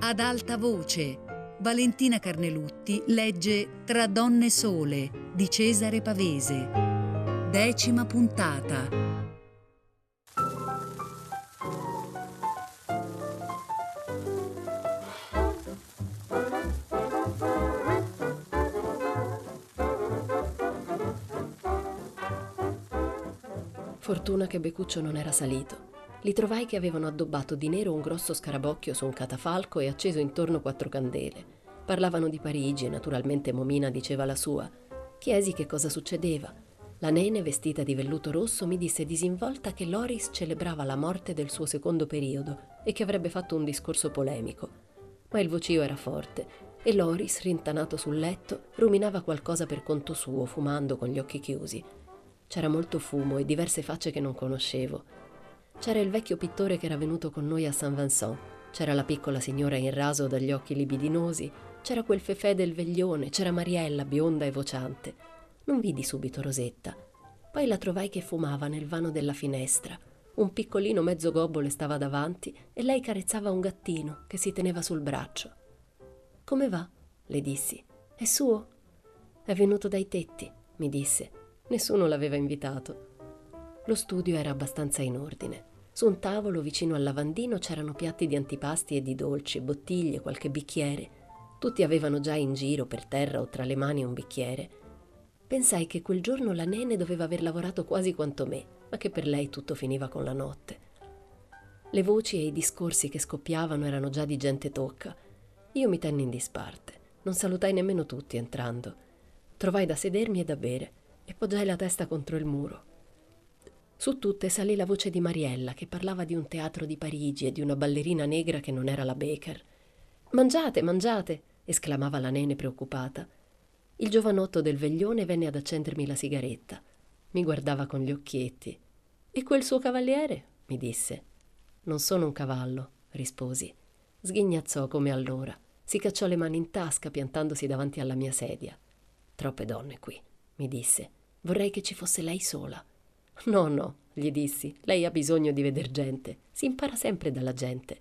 Ad alta voce, Valentina Carnelutti legge Tra donne sole di Cesare Pavese. 10ª puntata. Fortuna che Becuccio non era salito. Li trovai che avevano addobbato di nero un grosso scarabocchio su un catafalco e acceso intorno 4 candele. Parlavano di Parigi e naturalmente Momina diceva la sua. Chiesi che cosa succedeva. La nene, vestita di velluto rosso, mi disse disinvolta che Loris celebrava la morte del suo secondo periodo e che avrebbe fatto un discorso polemico. Ma il vocio era forte e Loris, rintanato sul letto, ruminava qualcosa per conto suo, fumando con gli occhi chiusi. C'era molto fumo e diverse facce che non conoscevo. C'era il vecchio pittore che era venuto con noi a Saint Vincent, c'era la piccola signora in raso dagli occhi libidinosi, c'era quel Fefè del veglione, c'era Mariella, bionda e vociante. Non vidi subito Rosetta. Poi la trovai che fumava nel vano della finestra. Un piccolino mezzo gobbo le stava davanti e lei carezzava un gattino che si teneva sul braccio. «Come va?» le dissi. «È suo?» «È venuto dai tetti», mi disse. Nessuno l'aveva invitato. Lo studio era abbastanza in ordine. Su un tavolo vicino al lavandino c'erano piatti di antipasti e di dolci, bottiglie, qualche bicchiere. Tutti avevano già in giro per terra o tra le mani un bicchiere. Pensai che quel giorno la nene doveva aver lavorato quasi quanto me, ma che per lei tutto finiva con la notte. Le voci e i discorsi che scoppiavano erano già di gente tocca. Io mi tenni in disparte. Non salutai nemmeno tutti entrando. Trovai da sedermi e da bere e poggiai la testa contro il muro. Su tutte salì la voce di Mariella che parlava di un teatro di Parigi e di una ballerina negra che non era la Baker. «Mangiate, mangiate!» esclamava la nene preoccupata. Il giovanotto del veglione venne ad accendermi la sigaretta. Mi guardava con gli occhietti. «E quel suo cavaliere?» mi disse. «Non sono un cavallo», risposi. Sghignazzò come allora. Si cacciò le mani in tasca piantandosi davanti alla mia sedia. «Troppe donne qui», mi disse. «Vorrei che ci fosse lei sola». «No, no», gli dissi, «lei ha bisogno di veder gente. Si impara sempre dalla gente».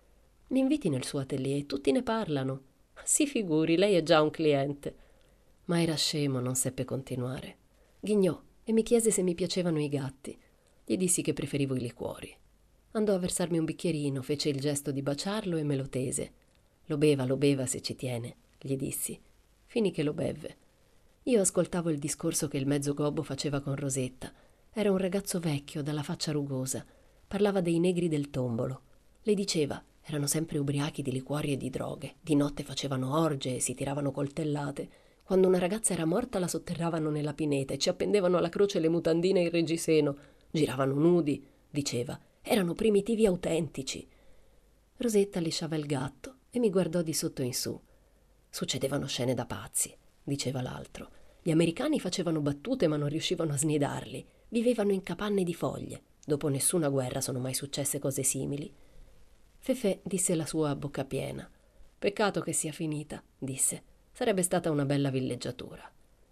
«Mi inviti nel suo atelier, tutti ne parlano». «Si figuri, lei è già un cliente». Ma era scemo, non seppe continuare. Ghignò e mi chiese se mi piacevano i gatti. Gli dissi che preferivo i liquori. Andò a versarmi un bicchierino, fece il gesto di baciarlo e me lo tese. Lo beva se ci tiene», gli dissi. Finì che lo bevve. Io ascoltavo il discorso che il mezzo gobbo faceva con Rosetta. Era un ragazzo vecchio, dalla faccia rugosa. Parlava dei negri del tombolo. Le diceva, erano sempre ubriachi di liquori e di droghe. Di notte facevano orge e si tiravano coltellate. Quando una ragazza era morta la sotterravano nella pineta e ci appendevano alla croce le mutandine e il reggiseno. Giravano nudi, diceva. Erano primitivi autentici. Rosetta lisciava il gatto e mi guardò di sotto in su. Succedevano scene da pazzi, diceva l'altro. Gli americani facevano battute ma non riuscivano a snidarli. Vivevano in capanne di foglie. Dopo nessuna guerra sono mai successe cose simili. Fefè disse la sua a bocca piena. «Peccato che sia finita», disse. «Sarebbe stata una bella villeggiatura».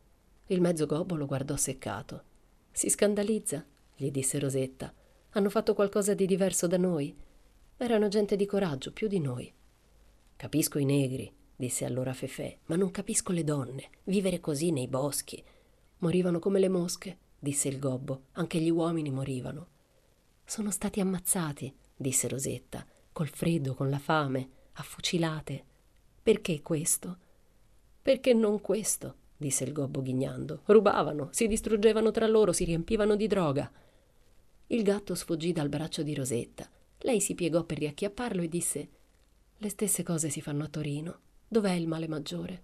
Il mezzo gobbo lo guardò seccato. «Si scandalizza», gli disse Rosetta. «Hanno fatto qualcosa di diverso da noi. Erano gente di coraggio, più di noi». «Capisco i negri», disse allora Fefè, «ma non capisco le donne. Vivere così nei boschi». «Morivano come le mosche», disse il gobbo. «Anche gli uomini morivano». «Sono stati ammazzati», disse Rosetta, «col freddo, con la fame, a fucilate». «Perché questo?» «Perché non questo?» disse il gobbo ghignando. «Rubavano, si distruggevano tra loro, si riempivano di droga». Il gatto sfuggì dal braccio di Rosetta. Lei si piegò per riacchiapparlo e disse: «Le stesse cose si fanno a Torino. Dov'è il male maggiore?»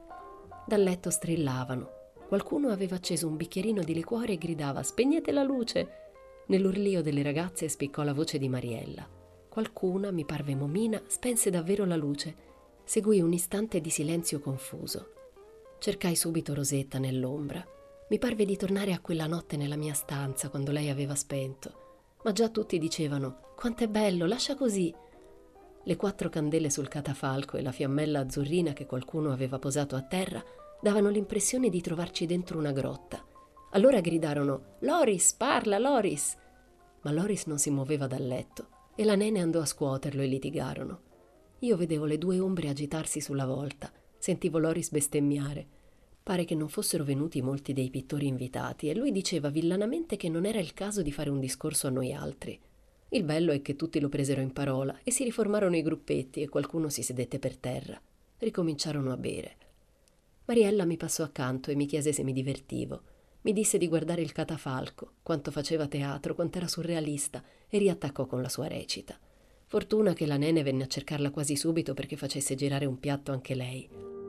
Dal letto strillavano. Qualcuno aveva acceso un bicchierino di liquore e gridava: «Spegnete la luce!» Nell'urlio delle ragazze spiccò la voce di Mariella. Qualcuna, mi parve Momina, spense davvero la luce. Seguì un istante di silenzio confuso. Cercai subito Rosetta nell'ombra. Mi parve di tornare a quella notte nella mia stanza quando lei aveva spento. Ma già tutti dicevano: «Quanto è bello, lascia così!» Le 4 candele sul catafalco e la fiammella azzurrina che qualcuno aveva posato a terra davano l'impressione di trovarci dentro una grotta. Allora gridarono: «Loris, parla, Loris!» Ma Loris non si muoveva dal letto e la nene andò a scuoterlo e litigarono. Io vedevo le due ombre agitarsi sulla volta, sentivo Loris bestemmiare. Pare che non fossero venuti molti dei pittori invitati e lui diceva villanamente che non era il caso di fare un discorso a noi altri. Il bello è che tutti lo presero in parola e si riformarono i gruppetti e qualcuno si sedette per terra. Ricominciarono a bere. Mariella mi passò accanto e mi chiese se mi divertivo. Mi disse di guardare il catafalco, quanto faceva teatro, quanto era surrealista, e riattaccò con la sua recita. Fortuna che la nene venne a cercarla quasi subito perché facesse girare un piatto anche lei.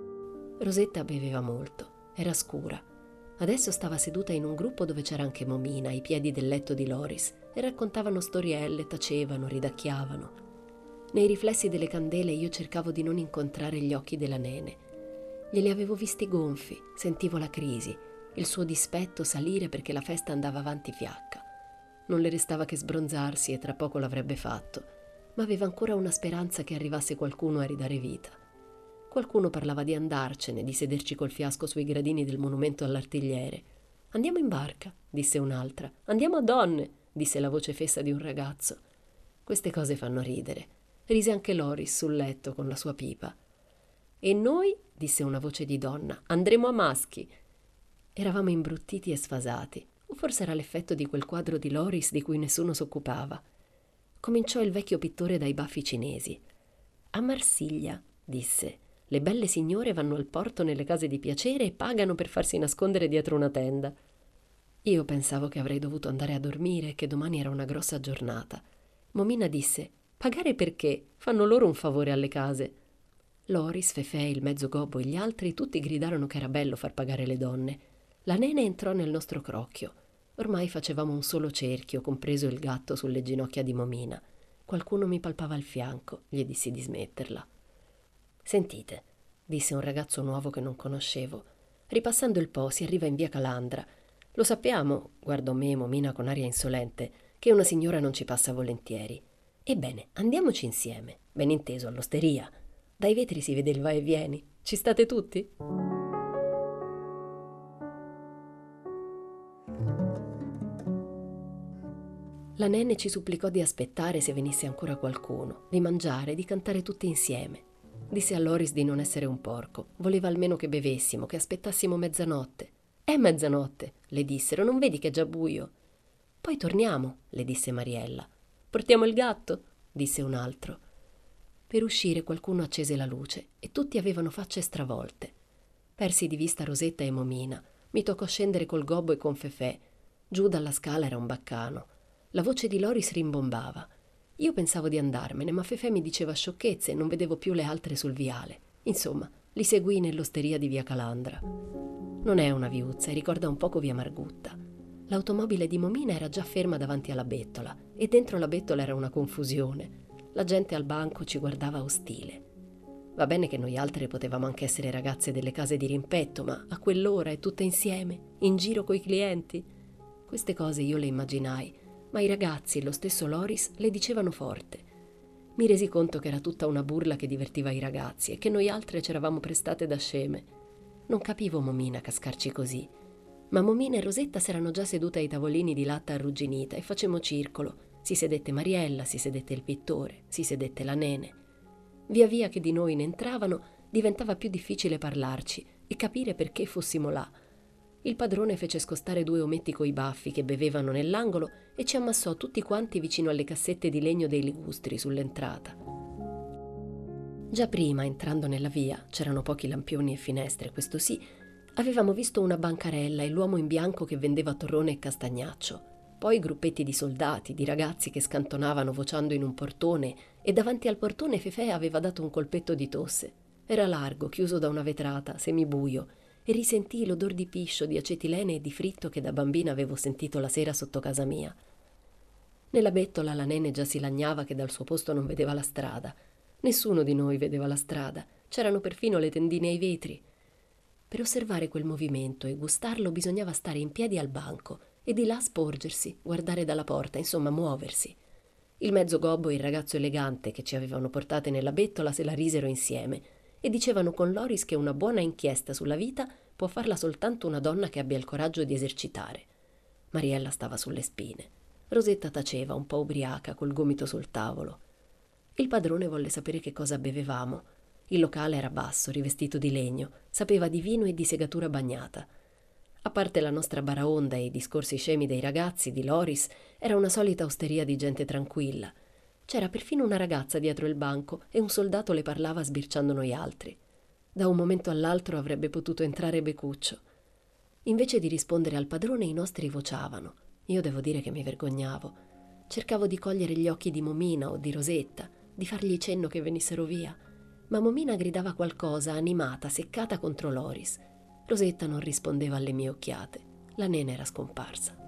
Rosetta beveva molto, era scura. Adesso stava seduta in un gruppo dove c'era anche Momina, ai piedi del letto di Loris, e raccontavano storielle, tacevano, ridacchiavano. Nei riflessi delle candele io cercavo di non incontrare gli occhi della nene. Glieli avevo visti gonfi, sentivo la crisi, il suo dispetto salire perché la festa andava avanti fiacca. Non le restava che sbronzarsi e tra poco l'avrebbe fatto, ma aveva ancora una speranza che arrivasse qualcuno a ridare vita. Qualcuno parlava di andarcene, di sederci col fiasco sui gradini del monumento all'artigliere. «Andiamo in barca», disse un'altra. «Andiamo a Donne», disse la voce fessa di un ragazzo. Queste cose fanno ridere. Rise anche Loris sul letto con la sua pipa. «E noi», disse una voce di donna, «andremo a Maschi». Eravamo imbruttiti e sfasati, o forse era l'effetto di quel quadro di Loris di cui nessuno s'occupava. Cominciò il vecchio pittore dai baffi cinesi. «A Marsiglia», disse, «le belle signore vanno al porto nelle case di piacere e pagano per farsi nascondere dietro una tenda». Io pensavo che avrei dovuto andare a dormire e che domani era una grossa giornata. Momina disse, «Pagare perché? Fanno loro un favore alle case». Loris, Fefè, il mezzo gobbo e gli altri tutti gridarono che era bello far pagare le donne. La nene entrò nel nostro crocchio. Ormai facevamo un solo cerchio, compreso il gatto sulle ginocchia di Momina. Qualcuno mi palpava il fianco, gli dissi di smetterla. «Sentite», disse un ragazzo nuovo che non conoscevo. «Ripassando il Po si arriva in via Calandra. Lo sappiamo», guardò me e Momina con aria insolente, «che una signora non ci passa volentieri. Ebbene, andiamoci insieme, ben inteso all'osteria. Dai vetri si vede il va e vieni. Ci state tutti?» La nene ci supplicò di aspettare se venisse ancora qualcuno, di mangiare, di cantare tutti insieme. Disse a Loris di non essere un porco. Voleva almeno che bevessimo, che aspettassimo mezzanotte. «È mezzanotte», le dissero, «non vedi che è già buio?» «Poi torniamo», le disse Mariella. «Portiamo il gatto?» disse un altro. Per uscire qualcuno accese la luce e tutti avevano facce stravolte. Persi di vista Rosetta e Momina. Mi toccò scendere col gobbo e con Fefè. Giù dalla scala era un baccano. La voce di Loris rimbombava. Io pensavo di andarmene, ma Fefè mi diceva sciocchezze e non vedevo più le altre sul viale. Insomma, li seguii nell'osteria di via Calandra. Non è una viuzza e ricorda un poco via Margutta. L'automobile di Momina era già ferma davanti alla bettola e dentro la bettola era una confusione. La gente al banco ci guardava ostile. Va bene che noi altre potevamo anche essere ragazze delle case di rimpetto, ma a quell'ora e tutte insieme, in giro coi clienti. Queste cose io le immaginai, ma i ragazzi e lo stesso Loris le dicevano forte. Mi resi conto che era tutta una burla che divertiva i ragazzi e che noi altre c'eravamo prestate da sceme. Non capivo Momina cascarci così, ma Momina e Rosetta s'erano già sedute ai tavolini di latta arrugginita e facemmo circolo. Si sedette Mariella, si sedette il pittore, si sedette la nene. Via via che di noi ne entravano, diventava più difficile parlarci e capire perché fossimo là. Il padrone fece scostare due ometti coi baffi che bevevano nell'angolo e ci ammassò tutti quanti vicino alle cassette di legno dei ligustri sull'entrata. Già prima, entrando nella via, c'erano pochi lampioni e finestre, questo sì, avevamo visto una bancarella e l'uomo in bianco che vendeva torrone e castagnaccio. Poi gruppetti di soldati, di ragazzi che scantonavano vociando in un portone e davanti al portone Fefè aveva dato un colpetto di tosse. Era largo, chiuso da una vetrata, semibuio, e risentii l'odor di piscio, di acetilene e di fritto che da bambina avevo sentito la sera sotto casa mia. Nella bettola la nene già si lagnava che dal suo posto non vedeva la strada. Nessuno di noi vedeva la strada, c'erano perfino le tendine ai vetri. Per osservare quel movimento e gustarlo bisognava stare in piedi al banco e di là sporgersi, guardare dalla porta, insomma muoversi. Il mezzo gobbo e il ragazzo elegante che ci avevano portate nella bettola se la risero insieme e dicevano con Loris che una buona inchiesta sulla vita può farla soltanto una donna che abbia il coraggio di esercitare. Mariella stava sulle spine. Rosetta taceva, un po' ubriaca, col gomito sul tavolo. Il padrone volle sapere che cosa bevevamo. Il locale era basso, rivestito di legno, sapeva di vino e di segatura bagnata. A parte la nostra baraonda e i discorsi scemi dei ragazzi, di Loris, era una solita osteria di gente tranquilla. C'era perfino una ragazza dietro il banco e un soldato le parlava sbirciando noi altri. Da un momento all'altro avrebbe potuto entrare Becuccio. Invece di rispondere al padrone, i nostri vociavano. Io devo dire che mi vergognavo. Cercavo di cogliere gli occhi di Momina o di Rosetta, di fargli cenno che venissero via. Ma Momina gridava qualcosa, animata, seccata contro Loris. Rosetta non rispondeva alle mie occhiate. La nena era scomparsa.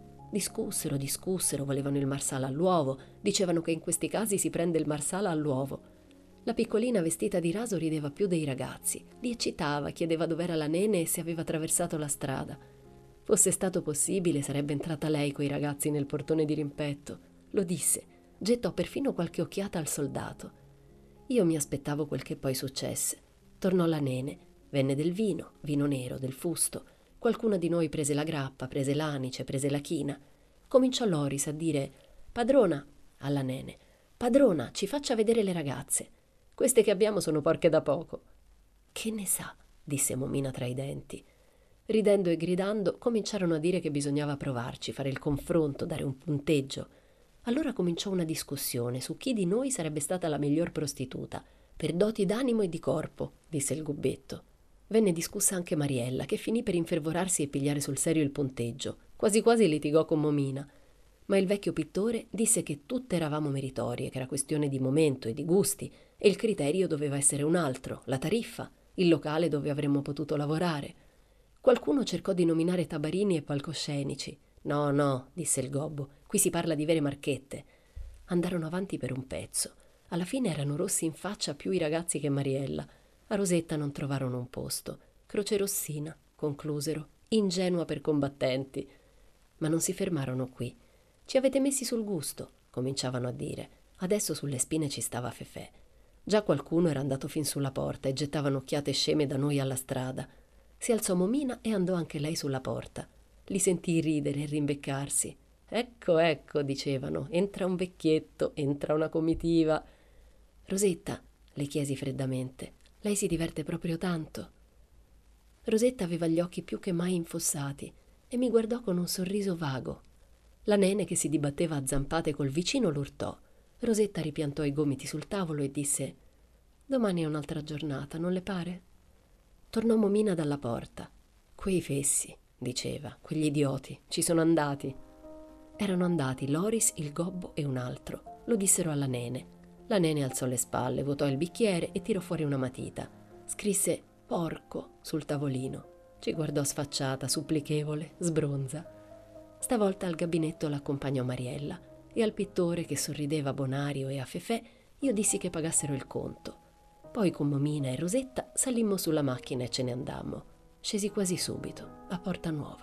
Discussero, volevano il marsala all'uovo, dicevano che in questi casi si prende il marsala all'uovo. La piccolina vestita di raso rideva più dei ragazzi, li eccitava, chiedeva dov'era la nene e se aveva attraversato la strada. Fosse stato possibile, sarebbe entrata lei coi ragazzi nel portone di rimpetto. Lo disse, gettò perfino qualche occhiata al soldato. Io mi aspettavo quel che poi successe. Tornò la nene, venne del vino, vino nero, del fusto. Qualcuna di noi prese la grappa, prese l'anice, prese la china. Cominciò Loris a dire: «Padrona», alla nene, «padrona, ci faccia vedere le ragazze. Queste che abbiamo sono porche da poco». «Che ne sa?» disse Momina tra i denti. Ridendo e gridando cominciarono a dire che bisognava provarci, fare il confronto, dare un punteggio. Allora cominciò una discussione su chi di noi sarebbe stata la miglior prostituta, per doti d'animo e di corpo, disse il gubbetto. Venne discussa anche Mariella, che finì per infervorarsi e pigliare sul serio il punteggio. Quasi quasi litigò con Momina. Ma il vecchio pittore disse che tutte eravamo meritorie, che era questione di momento e di gusti, e il criterio doveva essere un altro, la tariffa, il locale dove avremmo potuto lavorare. Qualcuno cercò di nominare tabarini e palcoscenici. «No, no», disse il gobbo, «qui si parla di vere marchette». Andarono avanti per un pezzo. Alla fine erano rossi in faccia più i ragazzi che Mariella. A Rosetta non trovarono un posto. Crocerossina, conclusero, ingenua per combattenti. Ma non si fermarono qui. «Ci avete messi sul gusto», cominciavano a dire. Adesso sulle spine ci stava Fefè. Già qualcuno era andato fin sulla porta e gettavano occhiate sceme da noi alla strada. Si alzò Momina e andò anche lei sulla porta. Li sentii ridere e rimbeccarsi. «Ecco, ecco», dicevano, «entra un vecchietto, entra una comitiva». «Rosetta», le chiesi freddamente, «lei si diverte proprio tanto?» Rosetta aveva gli occhi più che mai infossati e mi guardò con un sorriso vago. La nene, che si dibatteva a zampate col vicino, l'urtò. Rosetta ripiantò i gomiti sul tavolo e disse: «Domani è un'altra giornata, non le pare?» Tornò Momina dalla porta. «Quei fessi», diceva, «quegli idioti, ci sono andati». Erano andati Loris, il gobbo e un altro. Lo dissero alla nene. La nene alzò le spalle, vuotò il bicchiere e tirò fuori una matita. Scrisse «porco» sul tavolino. Ci guardò sfacciata, supplichevole, sbronza. Stavolta al gabinetto l'accompagnò Mariella e al pittore, che sorrideva a Bonario e a Fefè, io dissi che pagassero il conto. Poi con Momina e Rosetta salimmo sulla macchina e ce ne andammo. Scesi quasi subito, a Porta Nuova.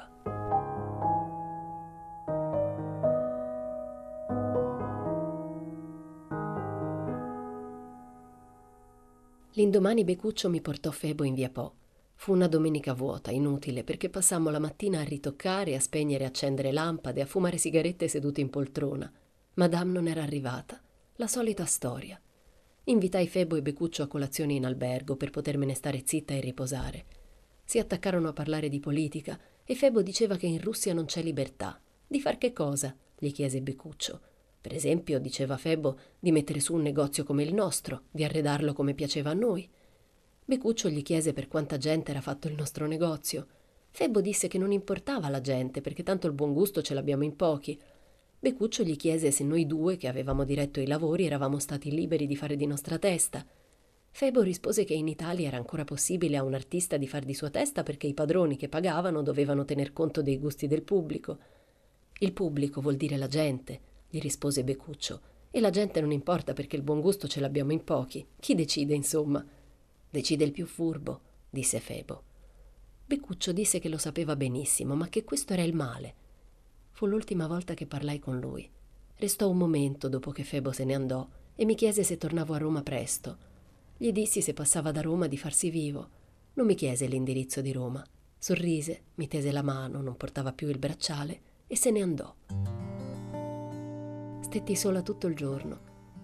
L'indomani Becuccio mi portò Febo in via Po. Fu una domenica vuota, inutile, perché passammo la mattina a ritoccare, a spegnere e accendere lampade, a fumare sigarette seduti in poltrona. Madame non era arrivata. La solita storia. Invitai Febo e Becuccio a colazione in albergo per potermene stare zitta e riposare. Si attaccarono a parlare di politica e Febo diceva che in Russia non c'è libertà. Di far che cosa? Gli chiese Becuccio. Per esempio, diceva Febo, di mettere su un negozio come il nostro, di arredarlo come piaceva a noi. Becuccio gli chiese per quanta gente era fatto il nostro negozio. Febo disse che non importava la gente, perché tanto il buon gusto ce l'abbiamo in pochi. Becuccio gli chiese se noi due, che avevamo diretto i lavori, eravamo stati liberi di fare di nostra testa. Febo rispose che in Italia era ancora possibile a un artista di far di sua testa perché i padroni che pagavano dovevano tener conto dei gusti del pubblico. «Il pubblico vuol dire la gente», gli rispose Becuccio, «e la gente non importa perché il buon gusto ce l'abbiamo in pochi. Chi decide, insomma?» «Decide il più furbo», disse Febo. Becuccio disse che lo sapeva benissimo, ma che questo era il male. Fu l'ultima volta che parlai con lui. Restò un momento dopo che Febo se ne andò e mi chiese se tornavo a Roma presto. Gli dissi se passava da Roma di farsi vivo. Non mi chiese l'indirizzo di Roma. Sorrise, mi tese la mano, non portava più il bracciale e se ne andò. Stetti sola tutto il giorno.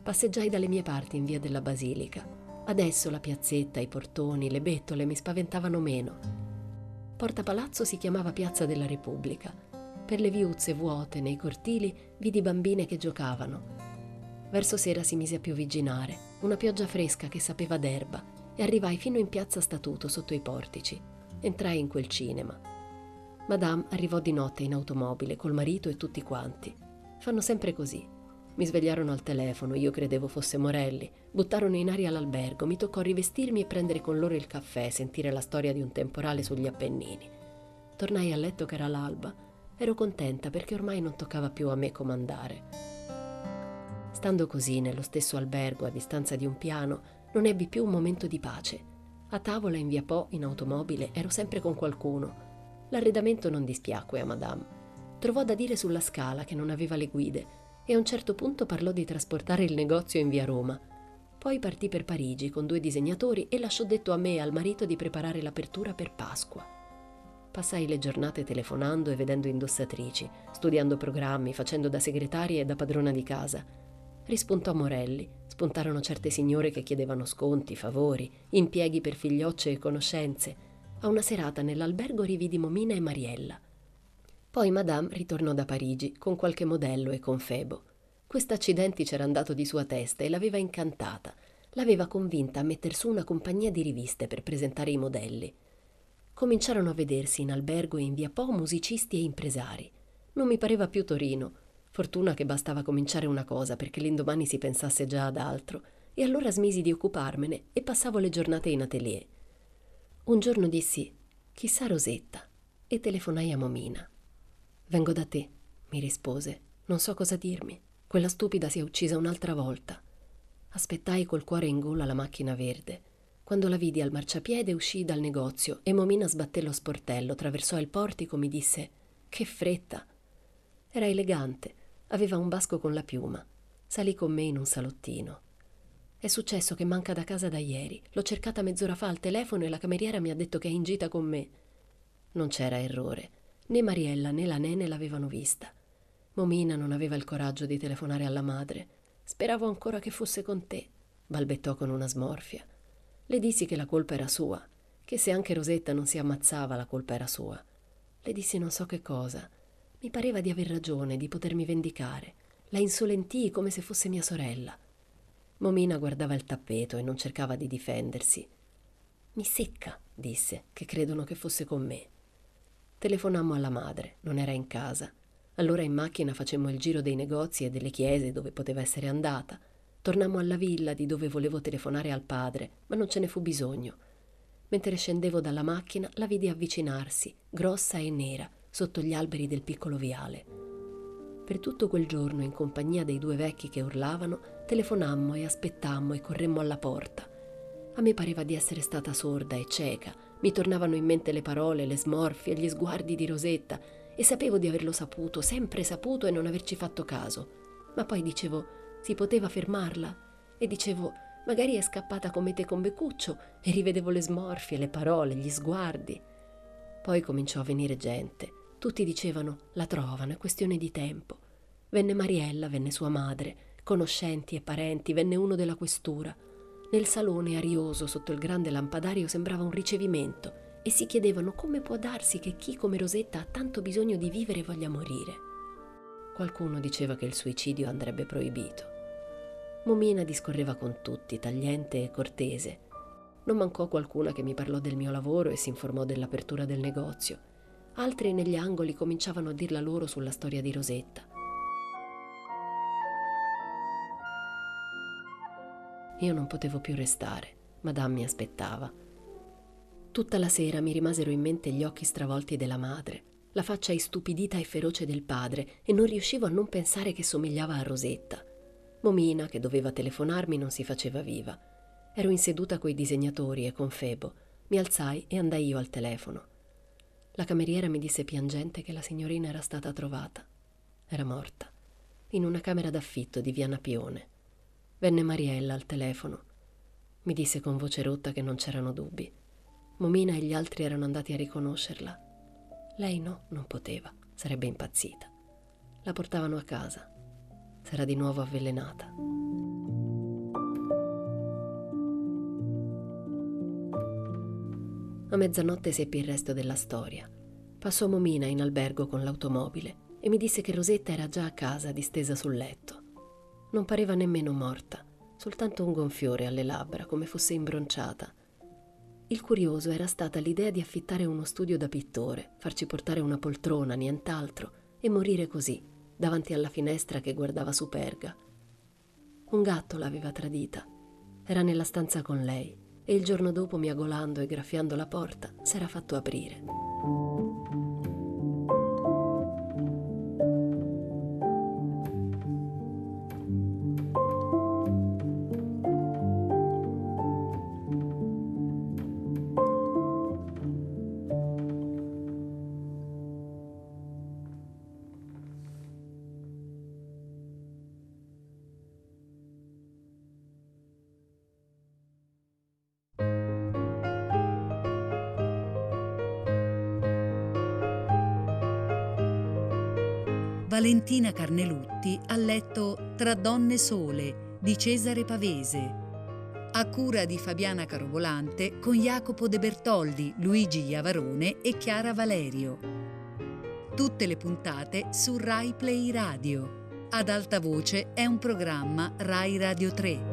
Passeggiai dalle mie parti in via della Basilica. Adesso la piazzetta, i portoni, le bettole mi spaventavano meno. Porta Palazzo si chiamava Piazza della Repubblica. Per le viuzze vuote nei cortili vidi bambine che giocavano. Verso sera si mise a piovigginare, una pioggia fresca che sapeva d'erba, e arrivai fino in Piazza Statuto sotto i portici. Entrai in quel cinema. Madame arrivò di notte in automobile col marito e tutti quanti. Fanno sempre così. Mi svegliarono al telefono, io credevo fosse Morelli. Buttarono in aria l'albergo, mi toccò rivestirmi e prendere con loro il caffè, sentire la storia di un temporale sugli Appennini. Tornai a letto che era l'alba. Ero contenta perché ormai non toccava più a me comandare. Stando così nello stesso albergo a distanza di un piano, non ebbi più un momento di pace. A tavola in via Po, in automobile, ero sempre con qualcuno. L'arredamento non dispiacque a Madame. Trovò da dire sulla Scala che non aveva le guide e a un certo punto parlò di trasportare il negozio in via Roma. Poi partì per Parigi con 2 disegnatori e lasciò detto a me e al marito di preparare l'apertura per Pasqua. Passai le giornate telefonando e vedendo indossatrici, studiando programmi, facendo da segretaria e da padrona di casa. Rispuntò Morelli, spuntarono certe signore che chiedevano sconti, favori, impieghi per figliocce e conoscenze. A una serata nell'albergo rividi Momina e Mariella. Poi Madame ritornò da Parigi con qualche modello e con Febo. Quest'accidenti c'era andato di sua testa e l'aveva incantata. L'aveva convinta a metter su una compagnia di riviste per presentare i modelli. Cominciarono a vedersi in albergo e in via Po musicisti e impresari. Non mi pareva più Torino. Fortuna che bastava cominciare una cosa perché l'indomani si pensasse già ad altro, e allora smisi di occuparmene e passavo le giornate in atelier. Un giorno dissi: chissà Rosetta, e telefonai a Momina. Vengo da te, mi rispose. Non so cosa dirmi. Quella stupida si è uccisa un'altra volta. Aspettai col cuore in gola la macchina verde. Quando la vidi al marciapiede uscii dal negozio e Momina sbatté lo sportello, attraversò il portico, mi disse: che fretta! Era elegante, aveva un basco con la piuma. Salì con me in un salottino. È successo che manca da casa da ieri. L'ho cercata mezz'ora fa al telefono e la cameriera mi ha detto che è in gita con me. Non c'era errore. Né Mariella né la nene l'avevano vista. Momina non aveva il coraggio di telefonare alla madre. Speravo ancora che fosse con te, balbettò con una smorfia. Le dissi che la colpa era sua, che se anche Rosetta non si ammazzava la colpa era sua. Le dissi non so che cosa. Mi pareva di aver ragione, di potermi vendicare. La insolentii come se fosse mia sorella. Momina guardava il tappeto e non cercava di difendersi. Mi secca, disse, che credono che fosse con me. Telefonammo alla madre, non era in casa. Allora in macchina facemmo il giro dei negozi e delle chiese dove poteva essere andata. Tornammo alla villa di dove volevo telefonare al padre, ma non ce ne fu bisogno. Mentre scendevo dalla macchina la vidi avvicinarsi, grossa e nera, sotto gli alberi del piccolo viale. Per tutto quel giorno, in compagnia dei 2 vecchi che urlavano, telefonammo e aspettammo e corremmo alla porta. A me pareva di essere stata sorda e cieca. Mi tornavano in mente le parole, le smorfie, gli sguardi di Rosetta e sapevo di averlo saputo, sempre saputo, e non averci fatto caso. Ma poi dicevo: si poteva fermarla? E dicevo: magari è scappata come te con Beccuccio, e rivedevo le smorfie, le parole, gli sguardi. Poi cominciò a venire gente. Tutti dicevano: la trovano, è questione di tempo. Venne Mariella, venne sua madre, conoscenti e parenti, venne uno della questura. Nel salone arioso, sotto il grande lampadario, sembrava un ricevimento e si chiedevano come può darsi che chi come Rosetta ha tanto bisogno di vivere voglia morire. Qualcuno diceva che il suicidio andrebbe proibito. Momina discorreva con tutti, tagliente e cortese. Non mancò qualcuna che mi parlò del mio lavoro e si informò dell'apertura del negozio. Altri negli angoli cominciavano a dirla loro sulla storia di Rosetta. Io non potevo più restare. Madame mi aspettava. Tutta la sera mi rimasero in mente gli occhi stravolti della madre, la faccia istupidita e feroce del padre, e non riuscivo a non pensare che somigliava a Rosetta. Momina, che doveva telefonarmi, non si faceva viva. Ero in seduta coi disegnatori e con Febo. Mi alzai e andai io al telefono. La cameriera mi disse piangente che la signorina era stata trovata. Era morta, in una camera d'affitto di via Napione. Venne Mariella al telefono. Mi disse con voce rotta che non c'erano dubbi. Momina e gli altri erano andati a riconoscerla. Lei no, non poteva, sarebbe impazzita. La portavano a casa. S'era di nuovo avvelenata. A mezzanotte seppi il resto della storia. Passò Momina in albergo con l'automobile e mi disse che Rosetta era già a casa, distesa sul letto. Non pareva nemmeno morta, soltanto un gonfiore alle labbra, come fosse imbronciata. Il curioso era stata l'idea di affittare uno studio da pittore, farci portare una poltrona, nient'altro, e morire così, davanti alla finestra che guardava su Perga. Un gatto l'aveva tradita. Era nella stanza con lei e il giorno dopo, miagolando e graffiando la porta, s'era fatto aprire. Valentina Carnelutti ha letto Tra donne sole di Cesare Pavese, a cura di Fabiana Carovolante con Jacopo De Bertoldi, Luigi Iavarone e Chiara Valerio. Tutte le puntate su Rai Play Radio. Ad alta voce è un programma Rai Radio 3.